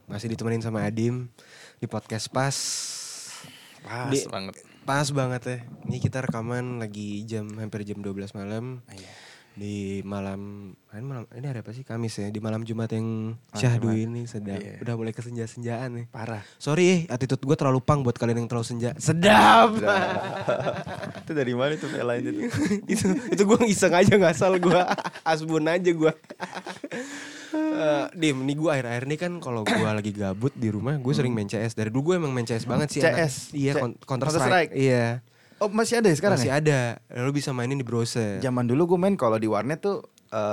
Masih ditemenin sama Adim di podcast Pas. Banget. Pas banget ya. Ini kita rekaman lagi hampir jam 12 malam. Di malam ini hari apa sih? Kamis ya. Di malam Jumat yang syahdu ini sedap. Udah mulai kesenja-senjaan nih. Parah. Sorry attitude gue terlalu pang buat kalian yang terlalu senja. Sedap. Itu dari mana tuh lain itu? itu gue iseng aja ngasal gue. Asbun aja gue. Dim, nih gue akhir-akhir ini kan kalau gue lagi gabut di rumah gue sering main CS. Dari dulu gue emang main CS banget sih. CS? Iya, Counter Strike. Iya. Oh masih ada ya sekarang? Masih ya? ada. Lalu bisa mainin di browser. Zaman dulu gue main kalau di warnet tuh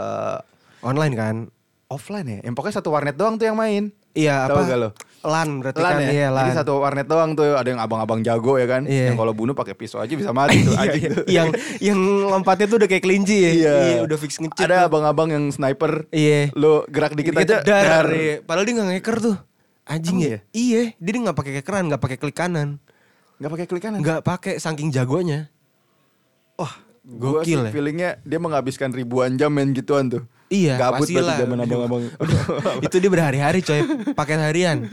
Online kan? offline ya. Yang pokoknya satu warnet doang tuh yang main. Iya. Tahu Apa? gak lo? LAN berarti LAN kan? ya. Iya, LAN. Jadi satu warnet doang tuh ada yang abang-abang jago ya kan. Iya. Yang kalau bunuh pakai pisau aja bisa mati tuh. yang lompatnya tuh udah kayak kelinci ya. Iya. Udah fix ngecit. Ada abang-abang yang sniper. Iya. Lo gerak dikit aja dar. Padahal dia nggak ngeker tuh. Anjing Emang ya? Iya. Dia nggak pakai kekeran, nggak pakai klik kanan. Gak pakai klik kanan. Nggak pakai saking jagonya. Wah, Gokil ya. Feelingnya dia menghabiskan ribuan jam main gituan tuh. Iya, Gabut pastilah. berarti zaman abang-abang. Itu dia berhari-hari coy. Paket harian,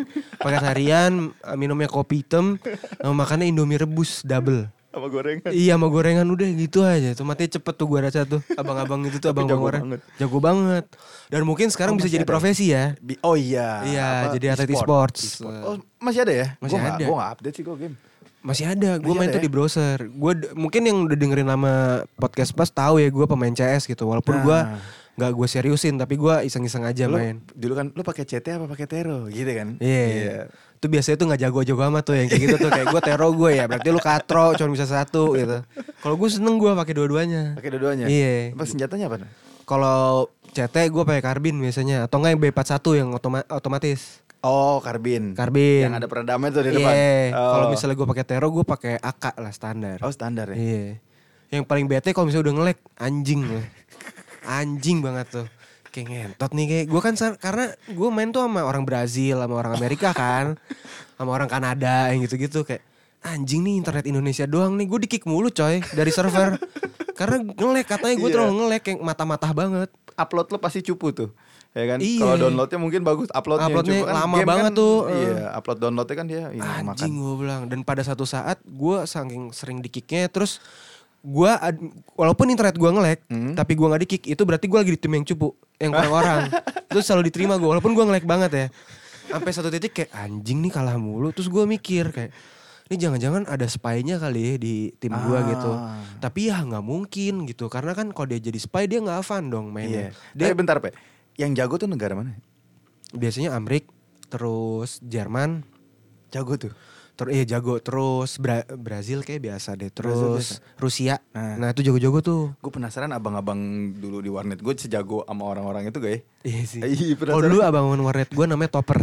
minumnya kopi hitam, makannya Indomie rebus double. Sama gorengan. Iya, sama gorengan udah gitu aja. Tomatnya cepet tuh gua rasa tuh. Abang-abang itu tuh abang-abang jago orang. banget. Jago banget. Dan mungkin sekarang bisa masih jadi ada? profesi ya. Oh iya. Iya, Apa? jadi atlet e-sports. Oh masih ada ya? Masih ada. Gue gak update sih gue game. Masih ada, gue Masih main ada tuh ya? di browser. Mungkin yang udah dengerin nama podcast Pas tahu ya gue pemain CS gitu. Walaupun gue nggak gue seriusin, tapi gue iseng-iseng aja main. Dulu kan lu pakai CT apa pakai Tero gitu kan? Iya. Itu biasanya tuh nggak jago-jago amat tuh yang kayak gitu tuh. Kayak gue Tero gue ya, berarti lu katro cuma bisa satu gitu. Kalau gue seneng gue pakai dua-duanya. Pakai dua-duanya? Iya. Apa senjatanya apa? Kalau CT gue pakai karbin biasanya, atau enggak yang B41 yang otomatis. Oh karbin. Yang ada peredamnya tuh di depan. Iya. Oh. Kalau misalnya gue pakai Tero, gue pakai AK lah standar. Oh standar ya? Iya. Yang paling bete kalau misalnya udah nge-lag anjing lah. Anjing banget tuh. Kayak ngentot nih kayak gue kan karena gue main tuh sama orang Brazil, sama orang Amerika kan. Sama orang Kanada yang gitu-gitu kayak anjing nih internet Indonesia doang nih. Gue di-kick mulu coy dari server. Karena nge-lag katanya gue terlalu nge-lag kayak mata-mata banget. Upload lo pasti cupu tuh. Ya kan? Iya. Kalau downloadnya mungkin bagus, uploadnya cupu kan lama game banget kan, tuh. Iya, upload downloadnya kan dia makan. Anjing gue bilang. Dan pada satu saat gue saking sering di-kicknya terus gue walaupun internet gue nge-lag tapi gue gak di-kick, itu berarti gue lagi di tim yang cupu, yang kurang orang. Itu selalu diterima gue walaupun gue nge-lag banget ya. Sampai satu titik kayak anjing nih kalah mulu. Terus gue mikir kayak ini jangan-jangan ada spy-nya kali ya di tim gue gitu. Tapi ya gak mungkin gitu. Karena kan kalau dia jadi spy dia gak fun dong mainnya. Dia bentar Pe, yang jago tuh negara mana? Biasanya Amerika, terus Jerman. Jago tuh? Jago. Terus Brazil kayak biasa deh. Terus biasa. Rusia. Nah itu jago-jago tuh. Gue penasaran abang-abang dulu di warnet gue sejago sama orang-orang itu gak ya? Iya sih. Penasaran. Kalau dulu abang warnet gue namanya Topper.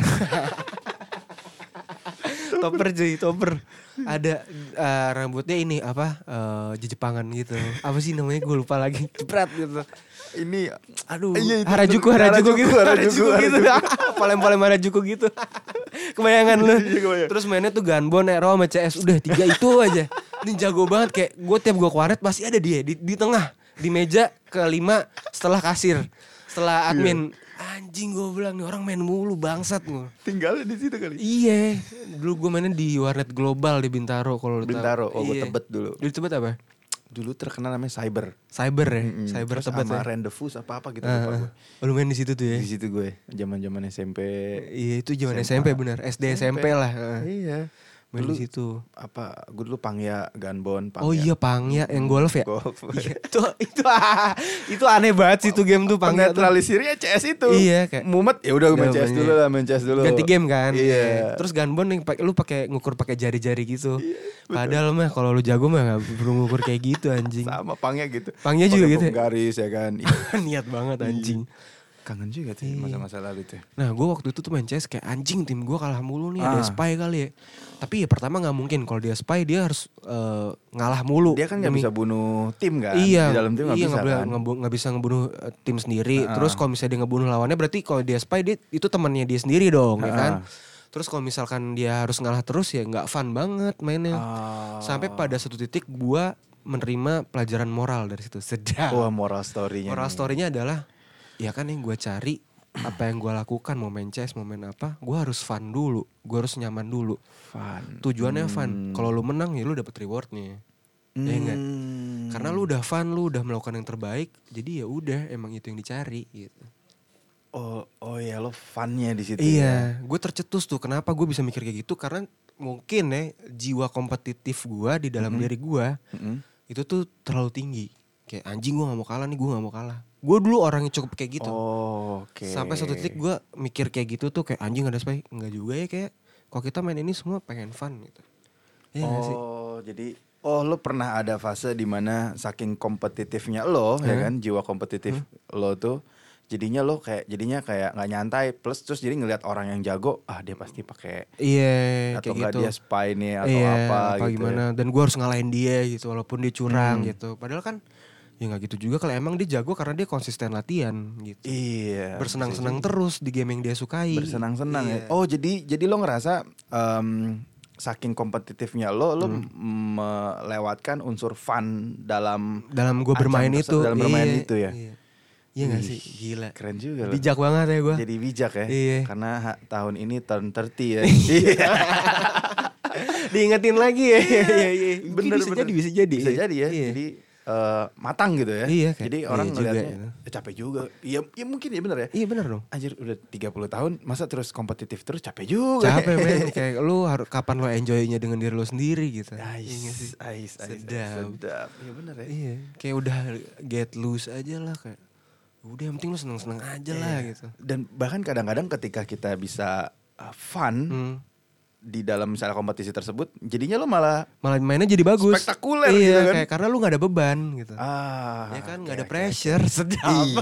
Topper. Ada rambutnya ini apa? Jepangan gitu. Apa sih namanya? Gue lupa lagi. Jepret gitu. Ini aduh, iya, Harajuku gitu. Palem Harajuku gitu. Kebayangan lu. Iya, Terus mainnya tuh Gunbon, Ero sama CS. Udah 3 itu aja. Ini jago banget kayak gue tiap gue ke warnet pasti ada dia di tengah, di meja kelima setelah kasir, setelah admin. Anjing gue bilang nih orang main mulu bangsat gue. tinggalnya di situ kali. Iya, dulu gue mainnya di warnet global di Bintaro kalau lu tahu. Bintaro, gue Iya. Tebet dulu. Di Tebet apa? Dulu terkenal namanya Cyber. Cyber ya, Cyber Terus Tebet sama ya. Rendezvous apa gitu lupa gue. Lu main di situ tuh ya. Di situ gue, zaman-zaman SMP. Iya itu zaman SMP bener, SD SMP lah. Iya. Main Dulu di situ. apa? Gue dulu Pangya, Gunbon, Pangya. Oh iya Pangya yang golf ya. Golf. Iya, itu aneh banget sih tuh game tuh Pangya tuh. Penetralisirnya CS itu. Iya, kayak mumet ya udah main udah CS banyak. dulu lah, main CS dulu. Ganti game kan. Iya. Terus Gunbon yang lu pakai ngukur pakai jari-jari gitu. Padahal mah kalau lu jago mah enggak perlu ngukur kayak gitu anjing. Sama Pangya gitu. Pangya juga Pakai gitu ya? garis ya kan. Niat banget anjing. Kangen juga tuh masa-masa lalu tuh. Nah gue waktu itu tuh main CS kayak anjing tim gue kalah mulu nih ada spy kali ya. Tapi ya pertama gak mungkin kalau dia spy dia harus ngalah mulu. Dia kan gak bisa bunuh tim kan. Iya, Di dalam tim gak bisa kan. Gak bisa ngebunuh tim sendiri. Terus kalau misalnya dia ngebunuh lawannya berarti kalau dia spy dia, itu temannya dia sendiri dong ya kan. Terus kalau misalkan dia harus ngalah terus ya gak fun banget mainnya. Sampai pada satu titik gue menerima pelajaran moral dari situ. Sedap. Wah moral story-nya. Moral story-nya adalah ya kan yang gue cari apa yang gue lakukan, mau main chess, mau main apa, gue harus fun dulu, gue harus nyaman dulu. Fun. Tujuannya fun. Kalau lu menang ya lu dapet rewardnya. Ya enggak? Karena lu udah fun, lu udah melakukan yang terbaik, jadi ya udah emang itu yang dicari gitu. Oh ya lo funnya di situ. Iya, gue tercetus tuh. Kenapa gue bisa mikir kayak gitu? Karena mungkin ya jiwa kompetitif gue di dalam diri gue itu tuh terlalu tinggi. Kayak anjing gue gak mau kalah nih, gue gak mau kalah. Gue dulu orang yang cukup kayak gitu. Oke. Sampai suatu titik gue mikir kayak gitu tuh kayak anjing ada spy. Enggak juga ya, kayak kalau kita main ini semua pengen fun gitu. Iya gak sih? Jadi lo pernah ada fase di mana saking kompetitifnya lo ya kan, jiwa kompetitif lo tuh jadinya kayak nggak nyantai, plus terus jadi ngelihat orang yang jago, dia pasti pakai atau kayak nggak gitu. dia spy nih atau apa gitu gimana ya. Dan gue harus ngalahin dia gitu walaupun dia curang gitu. Padahal kan ya nggak gitu juga, kalau emang dia jago karena dia konsisten latihan gitu. Iya. Bersenang-senang terus di game yang dia sukai. Bersenang-senang ya. Jadi lo ngerasa saking kompetitifnya lo melewatkan unsur fun dalam gue bermain itu. Dalam bermain itu ya. Iya gak sih? Gila. Keren juga loh. Bijak banget ya gue. Jadi bijak ya. Iya. Karena tahun ini turn 30 ya. Diingetin lagi ya. Iya. Bener, Bisa jadi. Bisa jadi ya. Iya. Jadi matang gitu ya. Iya, jadi orang ngeliatnya capek juga. Iya mungkin ya bener ya. Iya bener dong. Anjir udah 30 tahun masa terus kompetitif terus, capek juga. Capek men. Kayak lu harus kapan lo enjoynya dengan diri lo sendiri gitu. Sedap. Iya bener ya. Iya. Kayak udah get loose aja lah, kayak udah yang penting lu seneng-seneng aja lah gitu. Dan bahkan kadang-kadang ketika kita bisa fun di dalam misalnya kompetisi tersebut, jadinya lo malah mainnya jadi bagus, spektakuler iya, gitu kan. Kayak karena lu gak ada beban gitu. Ya kan gak ada pressure. Sedap.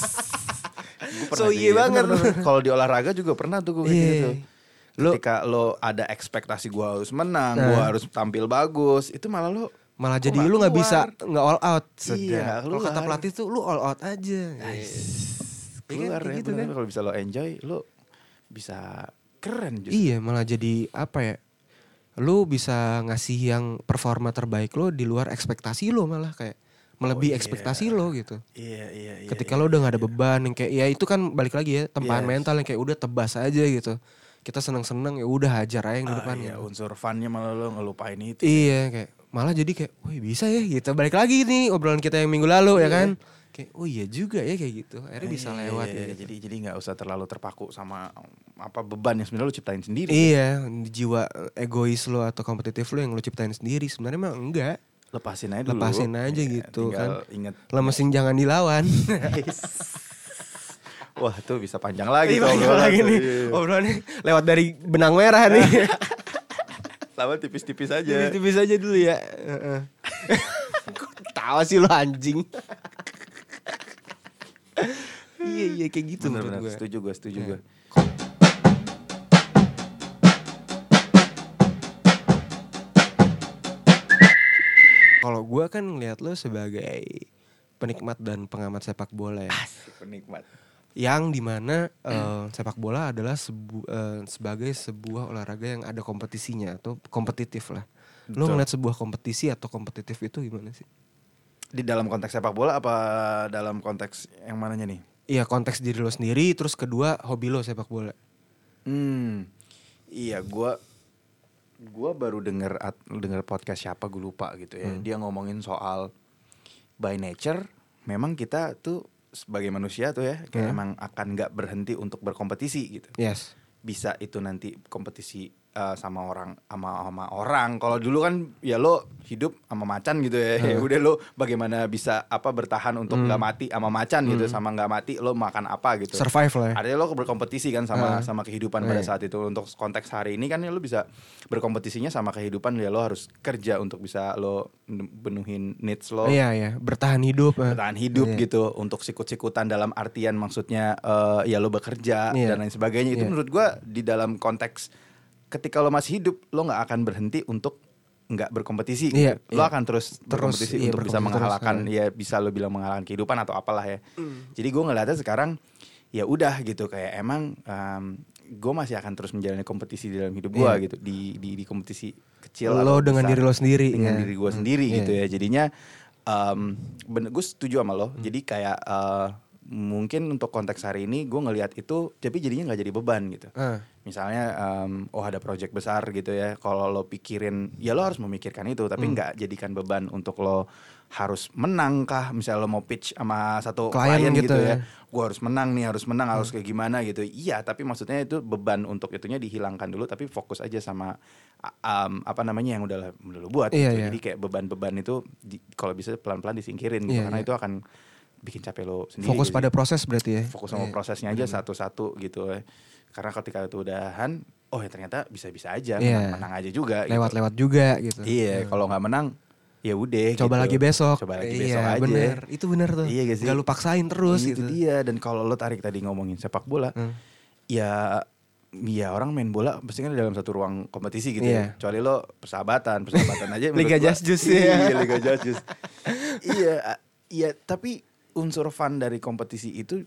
So iya banget. Kalau di olahraga juga pernah tuh gue kayak gitu. Ketika lo ada ekspektasi gue harus menang, gue harus tampil bagus, itu malah jadi lu nggak bisa nggak all out. Iya, kalau kata pelatih tuh lu all out aja. Keluar ya, gitu kan. Kalau bisa lo enjoy, lo bisa keren justru. Iya, malah jadi apa ya? Lu bisa ngasih yang performa terbaik lo di luar ekspektasi lo, malah kayak melebihi ekspektasi lo gitu. Iya. Ketika lo udah nggak ada beban yang kayak ya itu kan balik lagi ya tempahan mental yang kayak udah tebas aja gitu. Kita seneng-seneng ya udah hajar aja yang di depan. Iya, unsur funnya malah lo ngelupain itu. Iya, kayak malah jadi kayak, wih bisa ya gitu. Balik lagi nih obrolan kita yang minggu lalu ya kan. Kayak, oh iya juga ya kayak gitu. Akhirnya bisa lewat ya. Gitu. Jadi nggak usah terlalu terpaku sama apa beban yang sebenarnya lo ciptain sendiri. Iya, jiwa egois lo atau kompetitif lo yang lo ciptain sendiri. Sebenarnya emang enggak. Lepasin aja dulu. Lepasin aja gitu kan. Inget. Lemesin jangan dilawan. Wah tuh bisa panjang lagi. Panjang lagi nih. Obrolannya lewat dari benang merah nih. Lama tipis-tipis aja. Tipis-tipis aja dulu ya. Tawa sih lo anjing. Iya kayak gitu menurut gue. Setuju gue. Kalau gue kan ngeliat lo sebagai penikmat dan pengamat sepak bola ya. Penikmat. Yang dimana sepak bola adalah sebagai sebuah olahraga yang ada kompetisinya atau kompetitif lah. Lo ngeliat sebuah kompetisi atau kompetitif itu gimana sih? Di dalam konteks sepak bola apa dalam konteks yang mananya nih? Iya, konteks diri lo sendiri, terus kedua hobi lo sepak bola. Iya, gue baru denger podcast siapa gue lupa gitu ya. Dia ngomongin soal by nature memang kita tuh sebagai manusia tuh ya kayak emang akan nggak berhenti untuk berkompetisi gitu. Yes. Bisa itu nanti kompetisi sama orang. Kalau dulu kan ya lo hidup sama macan gitu ya. Ya udah lo bagaimana bisa bertahan untuk nggak mati sama macan gitu, sama nggak mati lo makan apa gitu. Survive lah ya. Artinya lo berkompetisi kan sama kehidupan pada saat itu. Untuk konteks hari ini kan ya lo bisa berkompetisinya sama kehidupan, ya lo harus kerja untuk bisa lo penuhin needs lo. Iya, bertahan hidup. Gitu. Untuk sikut-sikutan dalam artian maksudnya ya lo bekerja dan lain sebagainya. Itu menurut gue di dalam konteks ketika lo masih hidup, lo nggak akan berhenti untuk nggak berkompetisi. Lo akan terus berkompetisi untuk bisa mengalahkan, ya bisa lo bilang mengalahkan kehidupan atau apalah ya. Jadi gue ngeliatnya sekarang ya udah gitu, kayak emang gue masih akan terus menjalani kompetisi di dalam hidup gue gitu, di kompetisi kecil. Lo dengan diri lo sendiri. Dengan diri gue sendiri gitu ya. Jadinya gue setuju sama lo. Jadi kayak mungkin untuk konteks hari ini gue ngelihat itu tapi jadinya nggak jadi beban gitu. Misalnya ada project besar gitu ya, kalau lo pikirin ya lo harus memikirkan itu tapi nggak jadikan beban untuk lo harus menang kah, misalnya lo mau pitch sama satu klien gitu ya, gue harus menang nih, harus kayak gimana gitu. Iya, tapi maksudnya itu beban untuk itunya dihilangkan dulu, tapi fokus aja sama yang udah lo buat gitu. Jadi kayak beban-beban itu kalau bisa pelan-pelan disingkirin gitu, karena itu akan bikin capek lo sendiri. Fokus pada proses berarti ya. Fokus sama prosesnya aja satu-satu gitu. Karena ketika itu udahan, ya ternyata bisa-bisa aja, menang aja juga. Lewat-lewat juga gitu. Iya, kalau nggak menang, ya udah. Coba lagi besok. Coba lagi besok aja. Bener. Itu bener tuh. Iya gak sih? Gak lu paksain terus itu gitu. Dia. Dan kalau lo tarik tadi ngomongin sepak bola, ya orang main bola pasti kan dalam satu ruang kompetisi gitu ya. Kecuali lo persahabatan aja. Liga Just Juice ya. Liga Just Juice. Iya, tapi unsur fun dari kompetisi itu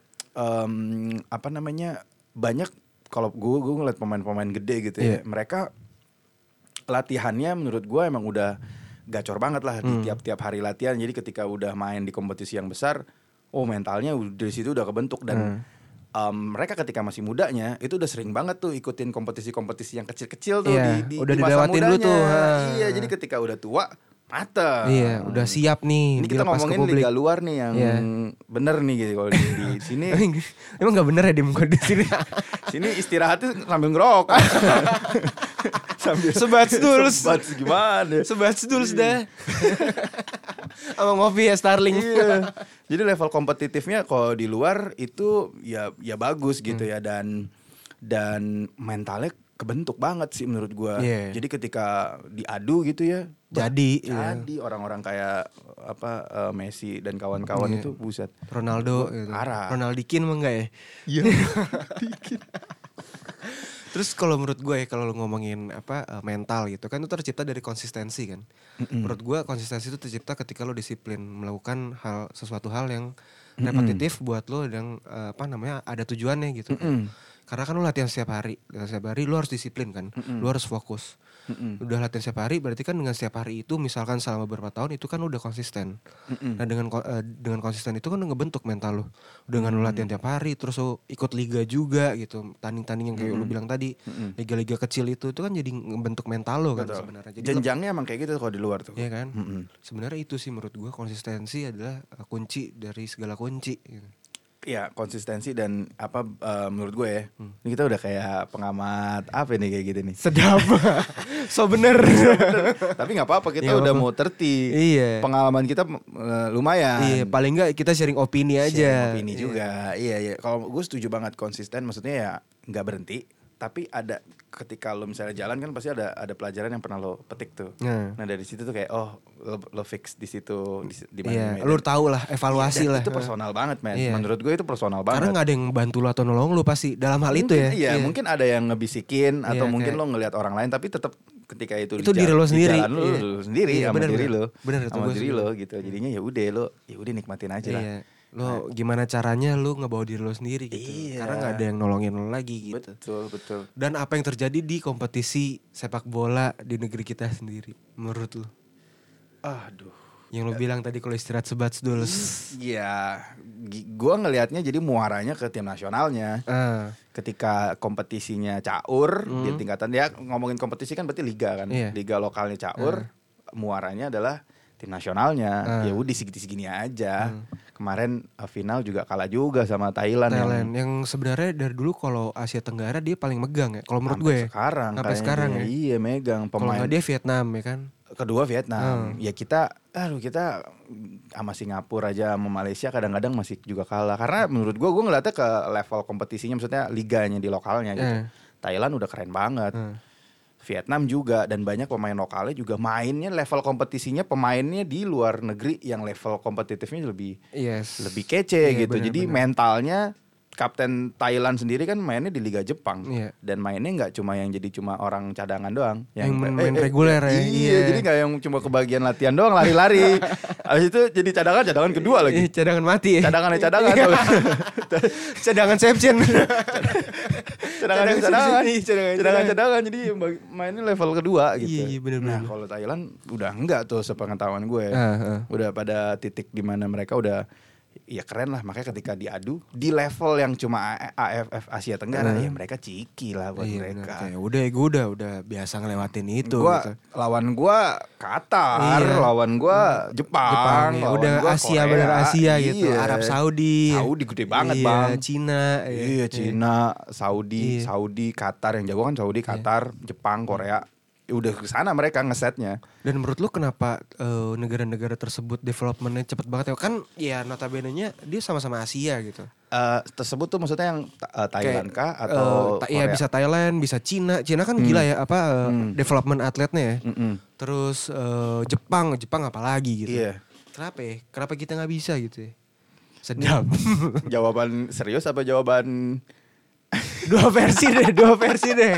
banyak. Kalau gue ngeliat pemain-pemain gede gitu ya, mereka latihannya menurut gue emang udah gacor banget lah di tiap hari latihan. Jadi ketika udah main di kompetisi yang besar, mentalnya dari situ udah kebentuk. Dan mereka ketika masih mudanya itu udah sering banget tuh ikutin kompetisi-kompetisi yang kecil-kecil tuh di udah masa mudanya. Dulu tuh. Iya, jadi ketika udah tua mateng. Iya, udah siap nih. Ini kita ngomongin liga luar nih yang bener nih gitu. Kalau di sini emang nggak bener ya di di sini. Sini istirahatnya sambil ngerokok. Sambil sebat gimana? Sebat dah. Sama ngopi ya Starling. Iya. Jadi level kompetitifnya kalau di luar itu ya bagus gitu ya, dan mentalnya kebentuk banget sih menurut gua. Jadi ketika diadu gitu ya, jadi orang-orang kayak Messi dan kawan-kawan itu buset. Ronaldo gitu. Ronaldikin mah enggak ya? Iya. Dikin. Terus kalau menurut gue ya, kalau lu ngomongin mental gitu kan, itu tercipta dari konsistensi kan. Menurut gue konsistensi itu tercipta ketika lu disiplin melakukan sesuatu hal yang repetitif buat lu dan ada tujuannya gitu. Karena kan lu latihan setiap hari lu harus disiplin kan, lu harus fokus. Udah latihan setiap hari, berarti kan dengan setiap hari itu misalkan selama beberapa tahun itu kan udah konsisten. Nah dengan konsisten itu kan udah ngebentuk mental lu. Dengan lu latihan tiap hari, terus lu ikut liga juga gitu, tanding-tanding yang kayak lu bilang tadi, liga-liga kecil itu kan jadi ngebentuk mental lu kan sebenarnya. Jadi jenjangnya emang kayak gitu kalau di luar tuh. Iya kan. Sebenarnya itu sih menurut gua, konsistensi adalah kunci dari segala kunci gitu. Ya konsistensi dan menurut gue ya, ini kita udah kayak pengamat nih kayak gitu nih. Sedap. So bener. Tapi nggak apa-apa, kita udah mau 30. Iya. Pengalaman kita lumayan. Iya, paling nggak kita sharing opini aja. Sharing opini juga. Iya. Kalau gue setuju banget konsisten, maksudnya ya nggak berhenti. Tapi ada ketika lo misalnya jalan kan pasti ada pelajaran yang pernah lo petik tuh. Nah dari situ tuh kayak lo fix di situ di mana. Iya, lo tahu lah, evaluasi lah. Itu personal banget men. Iya. Menurut gue itu personal banget. Karena nggak ada yang bantu lo atau nolong lo pasti dalam hal mungkin, itu ya. Iya, mungkin ada yang ngebisikin atau mungkin lo ngelihat orang lain, tapi tetap ketika itu diri lo sendiri. Lo sendiri sama diri lo. Bener, sama diri lo gitu. Jadinya ya udah nikmatin aja lah. Lo gimana caranya lo ngebawa diri lo sendiri gitu. Karena gak ada yang nolongin lo lagi gitu. Betul. Dan apa yang terjadi di kompetisi sepak bola di negeri kita sendiri menurut lo? Yang lo bilang tadi kalau istirahat sebat dulu. Iya, gue ngelihatnya jadi muaranya ke tim nasionalnya. Ketika kompetisinya caur di tingkatan, ya ngomongin kompetisi kan berarti liga kan. Liga lokalnya caur, muaranya adalah tim nasionalnya. Ya udah segini aja. Kemarin final juga kalah juga sama Thailand. Yang sebenarnya dari dulu kalau Asia Tenggara dia paling megang ya. Kalau menurut gue sampai sekarang ya. Iya megang pemain. Kalau nggak dia Vietnam ya kan. Kedua Vietnam. Ya kita sama Singapura aja sama Malaysia kadang-kadang masih juga kalah. Karena menurut gue ngeliatnya ke level kompetisinya, maksudnya liganya di lokalnya gitu. Thailand udah keren banget. Vietnam juga, dan banyak pemain lokalnya juga mainnya level kompetisinya, pemainnya di luar negeri yang level kompetitifnya lebih kece gitu. Jadi mentalnya kapten Thailand sendiri kan mainnya di Liga Jepang dan mainnya nggak cuma orang cadangan doang, yang main reguler ya. Iya, jadi nggak yang cuma kebagian latihan doang lari-lari. Habis itu jadi cadangan kedua lagi. Cadangan mati ya. Cadangan. Cadangan Seption. Cadangan. Jadi mainnya level kedua gitu. Iya, bener. Nah, kalau Thailand udah enggak tuh sepengetahuan gue. Udah pada titik di mana mereka udah ya keren lah. Makanya ketika diadu di level yang cuma AFF Asia Tenggara ya mereka ciki lah buat mereka. Kayak udah biasa ngelewatin itu. Gua gitu. lawan gua Qatar, lawan gua Jepang ya. lawan Udah gua Asia Korea. bener Asia Iya. gitu. Arab Saudi gede banget bang. Cina. Iya Cina, Saudi, Qatar yang jago kan Saudi, Qatar, Jepang, Korea. Udah kesana mereka ngesetnya. Dan menurut lu kenapa negara-negara tersebut developmentnya cepet banget ya? Kan ya notabene-nya dia sama-sama Asia gitu. Tersebut tuh maksudnya yang Thailand kah atau Korea? Ya bisa Thailand, bisa Cina. Cina kan gila ya development atletnya ya. Terus Jepang apalagi gitu. Iya. Kenapa ya? Kenapa kita nggak bisa gitu ya? Sedap. Jawaban serius apa jawaban dua versi deh.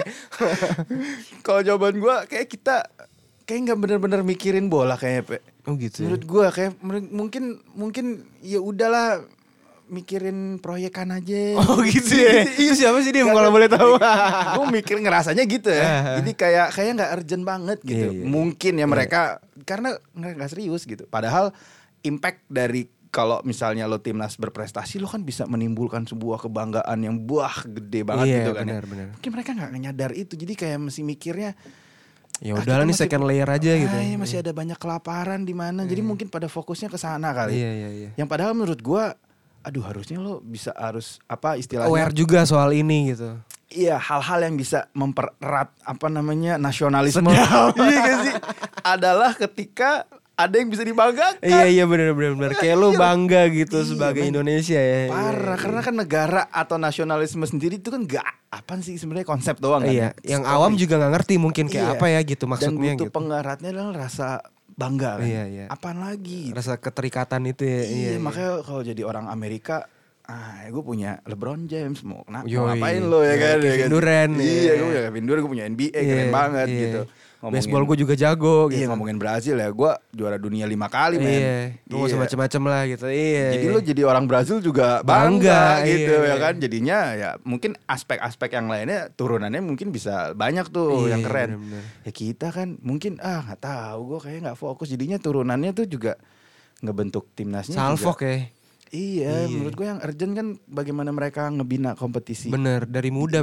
Kalau jawaban gue kayak kita kayak nggak benar-benar mikirin bola kayaknya Pe. Oh gitu. Menurut gue kayak mungkin ya udahlah mikirin proyekan aja. Oh gitu ya. Itu siapa sih dia kalau boleh tahu? Gue mikir ngerasanya gitu ya. Jadi kayak nggak urgent banget gitu. Iya. Mungkin ya mereka karena nggak serius gitu. Padahal impact dari kalau misalnya lo timnas berprestasi, lo kan bisa menimbulkan sebuah kebanggaan yang gede banget gitu kan. Benar. Mungkin mereka nggak nyadar itu, jadi kayak masih mikirnya ya udahlah nih second layer aja gitu. Masih ada banyak kelaparan di mana, jadi mungkin pada fokusnya ke sana kali. Iya. Yang padahal menurut gua, harusnya lo harus apa istilahnya? Aware juga soal ini gitu. Iya, hal-hal yang bisa mempererat nasionalisme. Iya gak sih? Adalah ketika ada yang bisa dibanggakan. Iya benar. Kayak lu bangga gitu sebagai Indonesia ya. Parah, karena kan negara atau nasionalisme sendiri itu kan apaan sih sebenarnya konsep doang kan. Iya, yang awam juga nggak ngerti mungkin kayak apa ya gitu maksudnya. Dan butuh gitu. pengeratnya adalah rasa bangga kan. Iya. Apaan lagi? Rasa keterikatan itu ya. Iya, makanya kalau jadi orang Amerika, gue punya LeBron James, mau ngapain lo ya kan? Kevin Durant. Iya, gue punya Kevin Durant, gue punya NBA, keren banget gitu. Baseball gue juga jago gitu. Iya, ngomongin Brazil ya, gue juara dunia 5 kali men. Iya, gue gak usah macem-macem lah gitu. Iya. Jadi lo jadi orang Brazil juga bangga gitu ya kan. Jadinya ya mungkin aspek-aspek yang lainnya turunannya mungkin bisa banyak tuh yang keren. Bener. Ya kita kan mungkin gak tahu, gue kayak nggak fokus. Jadinya turunannya tuh juga ngebentuk timnasnya. Salfok ya. Iya, menurut gue yang urgent kan bagaimana mereka ngebina kompetisi. Bener, dari muda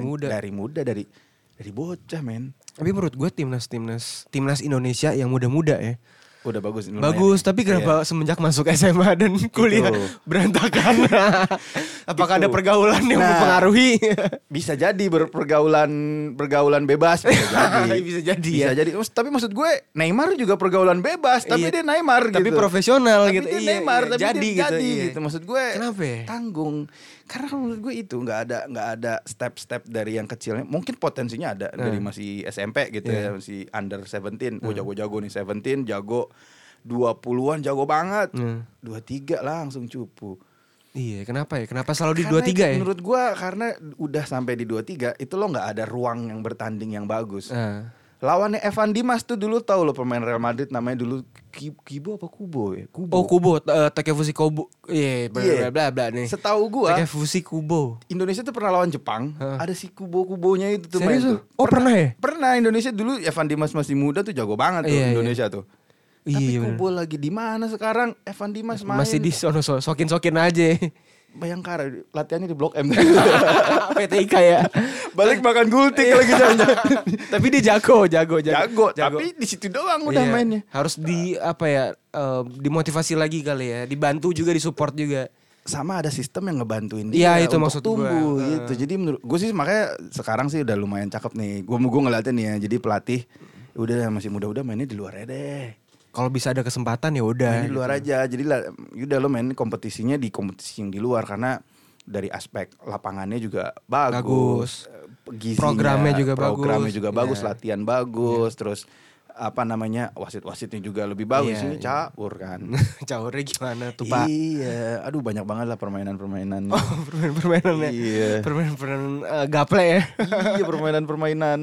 dari bocah men. Tapi menurut gue timnas Indonesia yang muda-muda ya. Udah bagus. Bagus, tapi kenapa semenjak masuk SMA dan kuliah berantakan? Apakah ada pergaulan yang mempengaruhi? Bisa jadi pergaulan bebas. Bisa jadi. Tapi maksud gue Neymar juga pergaulan bebas, tapi dia Neymar gitu. Tapi profesional gitu. Dia Neymar, tapi jadi dia gitu. Gitu. Maksud gue kenapa ya? Tanggung. Karena menurut gue itu nggak ada step-step dari yang kecilnya. Mungkin potensinya ada dari masih SMP gitu ya, masih under 17. Jago-jago nih 17, jago 20-an jago banget. 23 langsung cupu. Iya, kenapa ya? Kenapa selalu di 23 ya? Menurut gue karena udah sampai di 23 itu lo nggak ada ruang yang bertanding yang bagus. Lawannya Evan Dimas tuh dulu tahu lo pemain Real Madrid namanya dulu Kibo apa Kubo ya? Kubo. Oh Kubo, Takefushi Kubo. Iya, bla bla nih. Setahu gua Takefushi Kubo. Indonesia tuh pernah lawan Jepang, ada si Kubonya itu tuh main tuh. Oh pernah ya? Pernah Indonesia dulu Evan Dimas masih muda tuh jago banget tuh Indonesia tuh. Tapi Kubo lagi di mana sekarang? Evan Dimas main. Masih di sokin aja. Bayangkara latihannya di Blok M. PTIK ya. Balik makan gultik lagi jangan. Tapi dia jago. Tapi di situ doang udah mainnya. Harus dimotivasi lagi kali ya, dibantu juga, disupport juga. Sama ada sistem yang ngebantuin dia itu untuk maksud tumbuh gitu. Jadi menurut gue sih makanya sekarang sih udah lumayan cakep nih. Gue ngeliatin ya. Jadi pelatih udah masih muda mainnya di luar aja deh. Kalau bisa ada kesempatan ya udah. Di luar aja. Jadi udah lo main kompetisinya di kompetisi yang di luar karena dari aspek lapangannya juga bagus. Programnya juga bagus, latihan bagus, terus wasit-wasitnya juga lebih bagus. Ini caur kan. Caurnya gimana tuh Pak? Iya, aduh banyak banget lah permainan-permainan. Oh, permainan-permainan. Iya. Permainan gaple ya. Iya, permainan-permainan.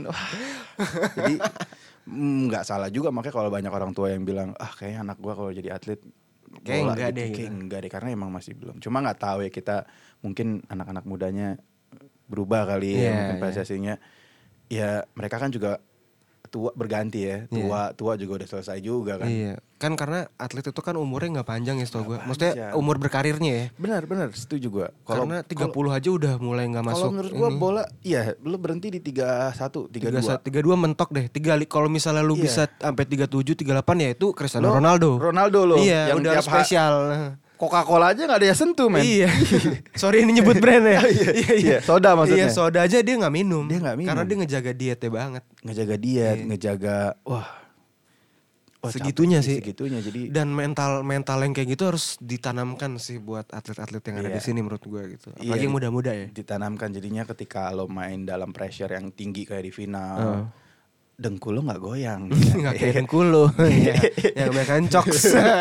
Jadi nggak salah juga, makanya kalau banyak orang tua yang bilang kayaknya anak gua kalau jadi atlet kayak enggak deh karena emang masih belum. Cuma nggak tahu ya, kita mungkin anak-anak mudanya berubah kali ya, mungkin PSSI-nya ya mereka kan juga tua berganti ya. Tua juga udah selesai juga kan. Iya. Kan karena atlet itu kan umurnya nggak panjang ya setahu gue. Maksudnya umur berkarirnya ya. Benar, setuju gue. Karena 30 aja udah mulai nggak masuk. Kalau menurut gue bola, iya lu berhenti di 31, 32. 32 mentok deh. Kalau misalnya lu bisa sampai 37, 38 ya itu Cristiano Ronaldo. Loh. Iya, yang udah spesial. Coca-Cola aja gak ada yang sentuh men. Iya. Sorry ini nyebut brand ya. Iya. Soda maksudnya. Iya, soda aja dia gak minum. Karena dia ngejaga dietnya banget. Ngejaga diet, ngejaga segitunya sih. Segitunya jadi. Dan mental yang kayak gitu harus ditanamkan sih buat atlet-atlet yang ada di sini menurut gue gitu. Apalagi yang muda-muda ya. Ditanamkan jadinya ketika lo main dalam pressure yang tinggi kayak di final. Dengkul lo gak goyang. Gak kayak dengkul lo. Yang kebanyakan coks.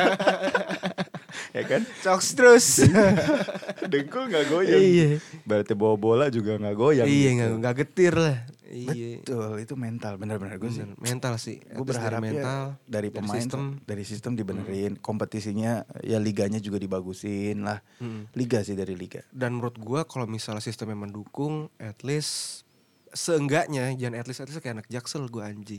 Ya kan? Coks terus. Dengkul gak goyang. Iya. Berarti bawa bola juga gak goyang. Iya gitu. gak getir lah. Iya. Betul, itu mental. Benar-benar gue sih. Mental sih. Gue berharapnya dari pemain, dari sistem dibenerin. Kompetisinya ya liganya juga dibagusin lah. Liga sih dari liga. Dan menurut gue kalau misalnya sistemnya mendukung, at least seenggaknya, jangan at least kayak anak Jaksel gue anjing.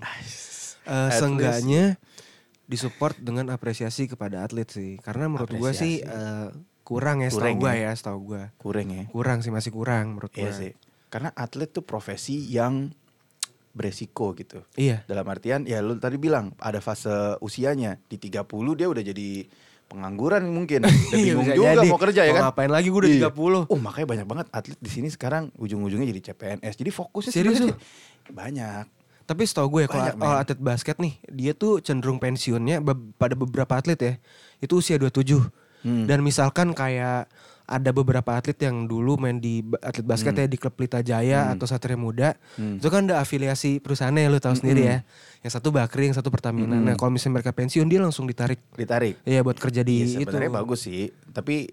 Seenggaknya disupport dengan apresiasi kepada atlet sih. Karena menurut gue sih kurang ya setahu gue. Kurang ya. Kurang sih, masih kurang menurut gue. Iya sih. Karena atlet tuh profesi yang beresiko gitu. Iya. Dalam artian ya lu tadi bilang ada fase usianya di 30 dia udah jadi pengangguran mungkin. Udah bingung juga mau kerja ya kan. Ngapain lagi gue udah 30. Oh makanya banyak banget atlet di sini sekarang ujung-ujungnya jadi CPNS. Jadi fokusnya serius tuh banyak. Tapi setahu gue ya kalau atlet basket nih, dia tuh cenderung pensiunnya pada beberapa atlet ya. Itu usia 27. Dan misalkan kayak ada beberapa atlet yang dulu main di atlet basket ya di klub Pelita Jaya atau Satria Muda. Itu kan ada afiliasi perusahaannya lu tahu sendiri ya. Yang satu Bakri, yang satu Pertamina. Nah, kalau misalnya mereka pensiun dia langsung ditarik. Iya buat kerja di itu. Sebenarnya bagus sih. Tapi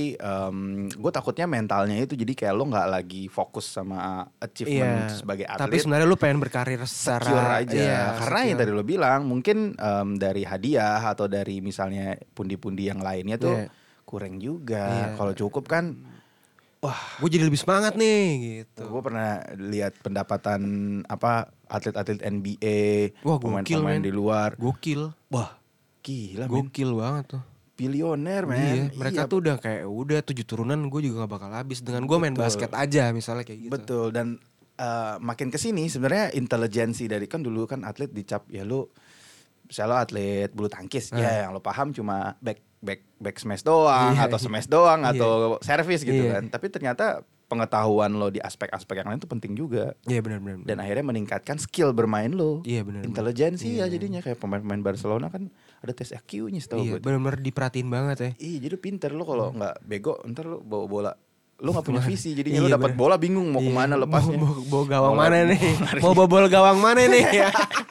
gue takutnya mentalnya itu jadi kayak lo nggak lagi fokus sama achievement sebagai atlet. Tapi sebenarnya lu pengen berkarir secara secure aja. Karena yang tadi lo bilang mungkin dari hadiah atau dari misalnya pundi-pundi yang lainnya tuh kurang juga. Kalau cukup kan wah, gue jadi lebih semangat nih gitu. Gue pernah lihat pendapatan atlet-atlet NBA, pemain-pemain di luar. Gokil. Wah, gila men. Gokil banget tuh. Bilioner men. Mereka tuh udah kayak 7 turunan gue juga gak bakal habis dengan gue main basket aja misalnya kayak gitu. Betul, dan makin kesini sebenarnya intelijensi dari kan dulu kan atlet dicap ya lu misalnya lo atlet bulu tangkis ya yang lo paham cuma back smash doang atau smash doang atau servis gitu kan. Tapi ternyata pengetahuan lo di aspek-aspek yang lain itu penting juga. Iya benar. Dan akhirnya meningkatkan skill bermain lo. Iya benar. Intelijensi ya jadinya kayak pemain-pemain Barcelona kan ada tes IQ-nya setahu gue. Iya benar diperhatiin banget ya. Iya jadi pinter lo kalau nggak bego ntar lo bawa bola. Lo gak punya visi jadinya lo dapat bola bingung mau kemana lepasnya. Mau gawang mana nih? Mau bobol gawang mana nih?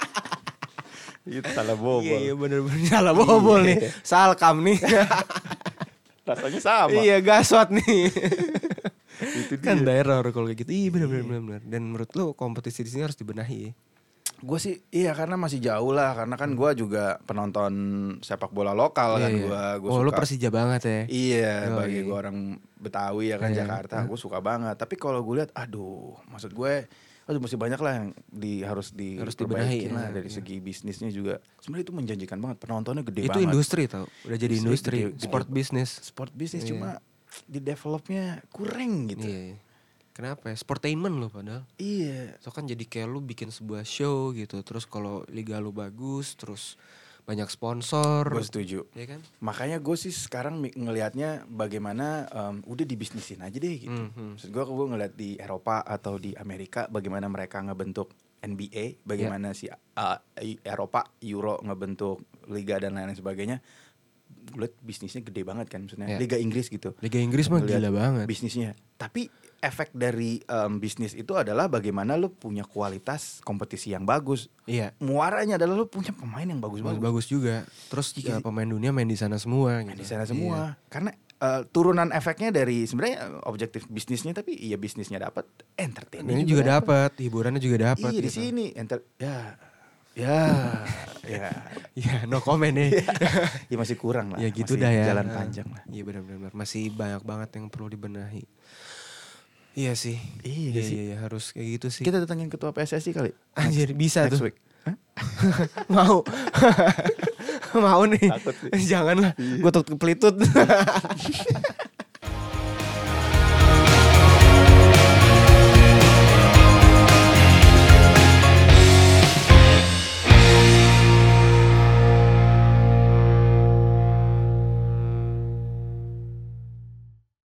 Itu salah bobol. Iya bener-bener salah bobol nih. Salkam nih. Rasanya sama. Iya gaswat nih. Itu kan daerah kalau kayak gitu. Iya bener. Dan menurut lo kompetisi di sini harus dibenahi. Gue sih karena masih jauh lah. Karena kan gue juga penonton sepak bola lokal kan. Gue suka. Lo Persija banget ya. Iya bagi gue orang Betawi ya kan Jakarta. Gue suka banget. Tapi kalau gue lihat maksud gue masih banyak lah yang harus diperbaiki lah dari segi bisnisnya juga. Sebenarnya itu menjanjikan banget, penontonnya gede banget. Itu industri tau, udah jadi industri, sport business. Sport business cuma di developnya kurang gitu. Iya. Kenapa ya? Sportainment lo padahal. Iya. So kan jadi kayak lu bikin sebuah show gitu, terus kalau liga lu bagus, terus banyak sponsor. Gue setuju. Ya kan? Makanya gue sih sekarang ngelihatnya bagaimana udah dibisnisin aja deh gitu. Maksud gue ngeliat di Eropa atau di Amerika bagaimana mereka ngebentuk NBA, bagaimana si Eropa, Euro ngebentuk liga dan lain-lain sebagainya. Gue liat bisnisnya gede banget kan, maksudnya Liga Inggris gitu. Liga Inggris mah gila banget bisnisnya. Tapi efek dari bisnis itu adalah bagaimana lu punya kualitas kompetisi yang bagus. Iya. Muaranya adalah lu punya pemain yang bagus-bagus. Bagus juga. Terus pemain dunia main di sana semua. Main di sana semua. Karena turunan efeknya dari sebenarnya objektif bisnisnya, tapi iya bisnisnya dapat, entertainnya juga dapat, hiburannya juga dapat. Iya gitu. di sini ya no comment nih. Ya masih kurang lah. Ya gitu masih dah ya. Jalan panjang lah. Iya benar-benar masih banyak banget yang perlu dibenahi. Iya sih. Iya harus kayak gitu sih. Kita datangin ketua PSSI kali. Anjir bisa next tuh. Week. Hah? Mau. Mau nih. Takut sih. Janganlah. Gue takut kepelitut.